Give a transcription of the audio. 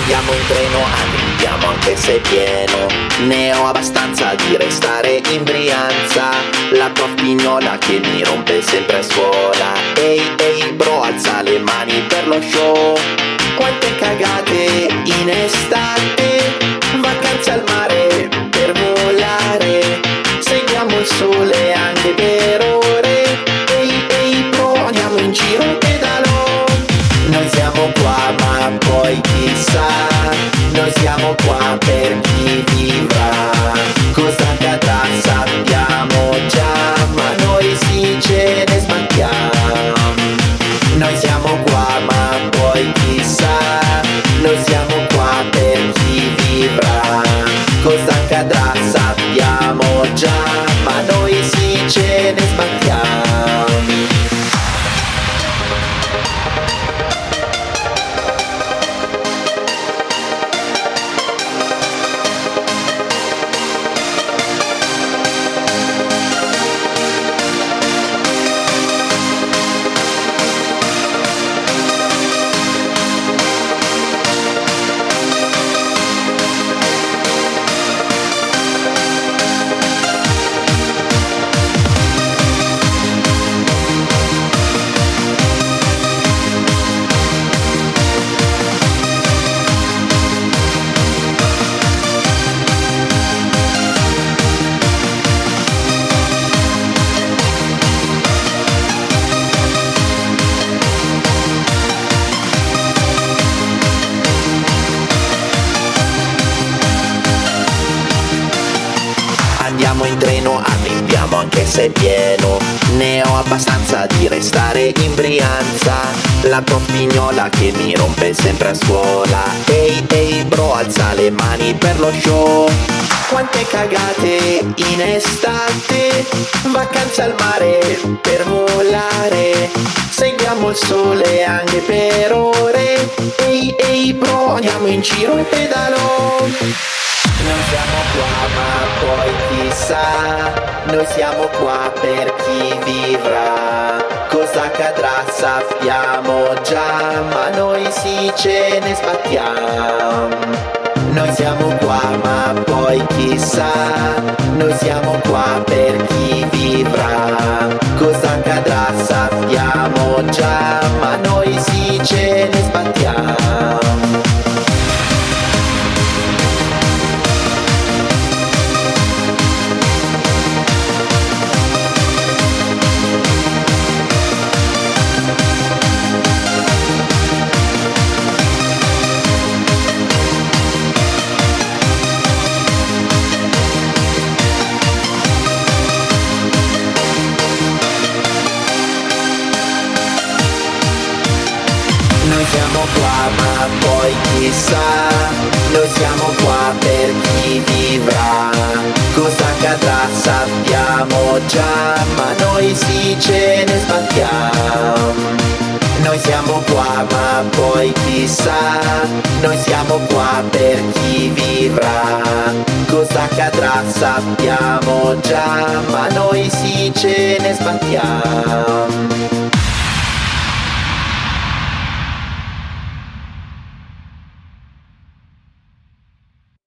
Andiamo in treno, andiamo anche se è pieno. Ne ho abbastanza di restare in Brianza. La prof pignola che mi rompe sempre a scuola. Ehi, ehi bro, alza le mani per lo show. Quante cagate in estate. Vacanze al mare per volare. Seguiamo il sole anche per ore. Ehi, ehi bro, andiamo in giro in pedalò. Noi siamo qua ma poi chissà. Noi siamo qua per chi vivrà. Cosa accadrà sappiamo già, ma noi sì ce ne sbattiamo. Noi siamo qua ma poi chissà. Noi siamo qua per chi vivrà. Cosa accadrà sappiamo già, ma noi sì ce ne sbattiamo. Andiamo in treno, arriviamo anche se è pieno. Ne ho abbastanza di restare in Brianza. La prof pignola che mi rompe sempre a scuola. Ehi, ehi bro, alza le mani per lo show. Quante cagate in estate. Vacanze al mare per volare. Seguiamo il sole anche per ore. Ehi, ehi bro, andiamo in giro in pedalò. Noi siamo qua ma poi chissà. Noi siamo qua per chi vivrà. Cosa accadrà sappiamo già, ma noi sì ce ne sbattiamo. Noi siamo qua ma poi chissà. Noi siamo qua per chi vivrà. Cosa accadrà sappiamo già, ma noi sì ce ne sbattiamo. Noi siamo qua ma poi chissà. Noi siamo qua per chi vivrà. Cosa accadrà sappiamo già, ma noi sì ce ne sbattiamo. Noi siamo qua ma poi chissà. Noi siamo qua per chi vivrà. Cosa accadrà sappiamo già, ma noi sì ce ne sbattiamo.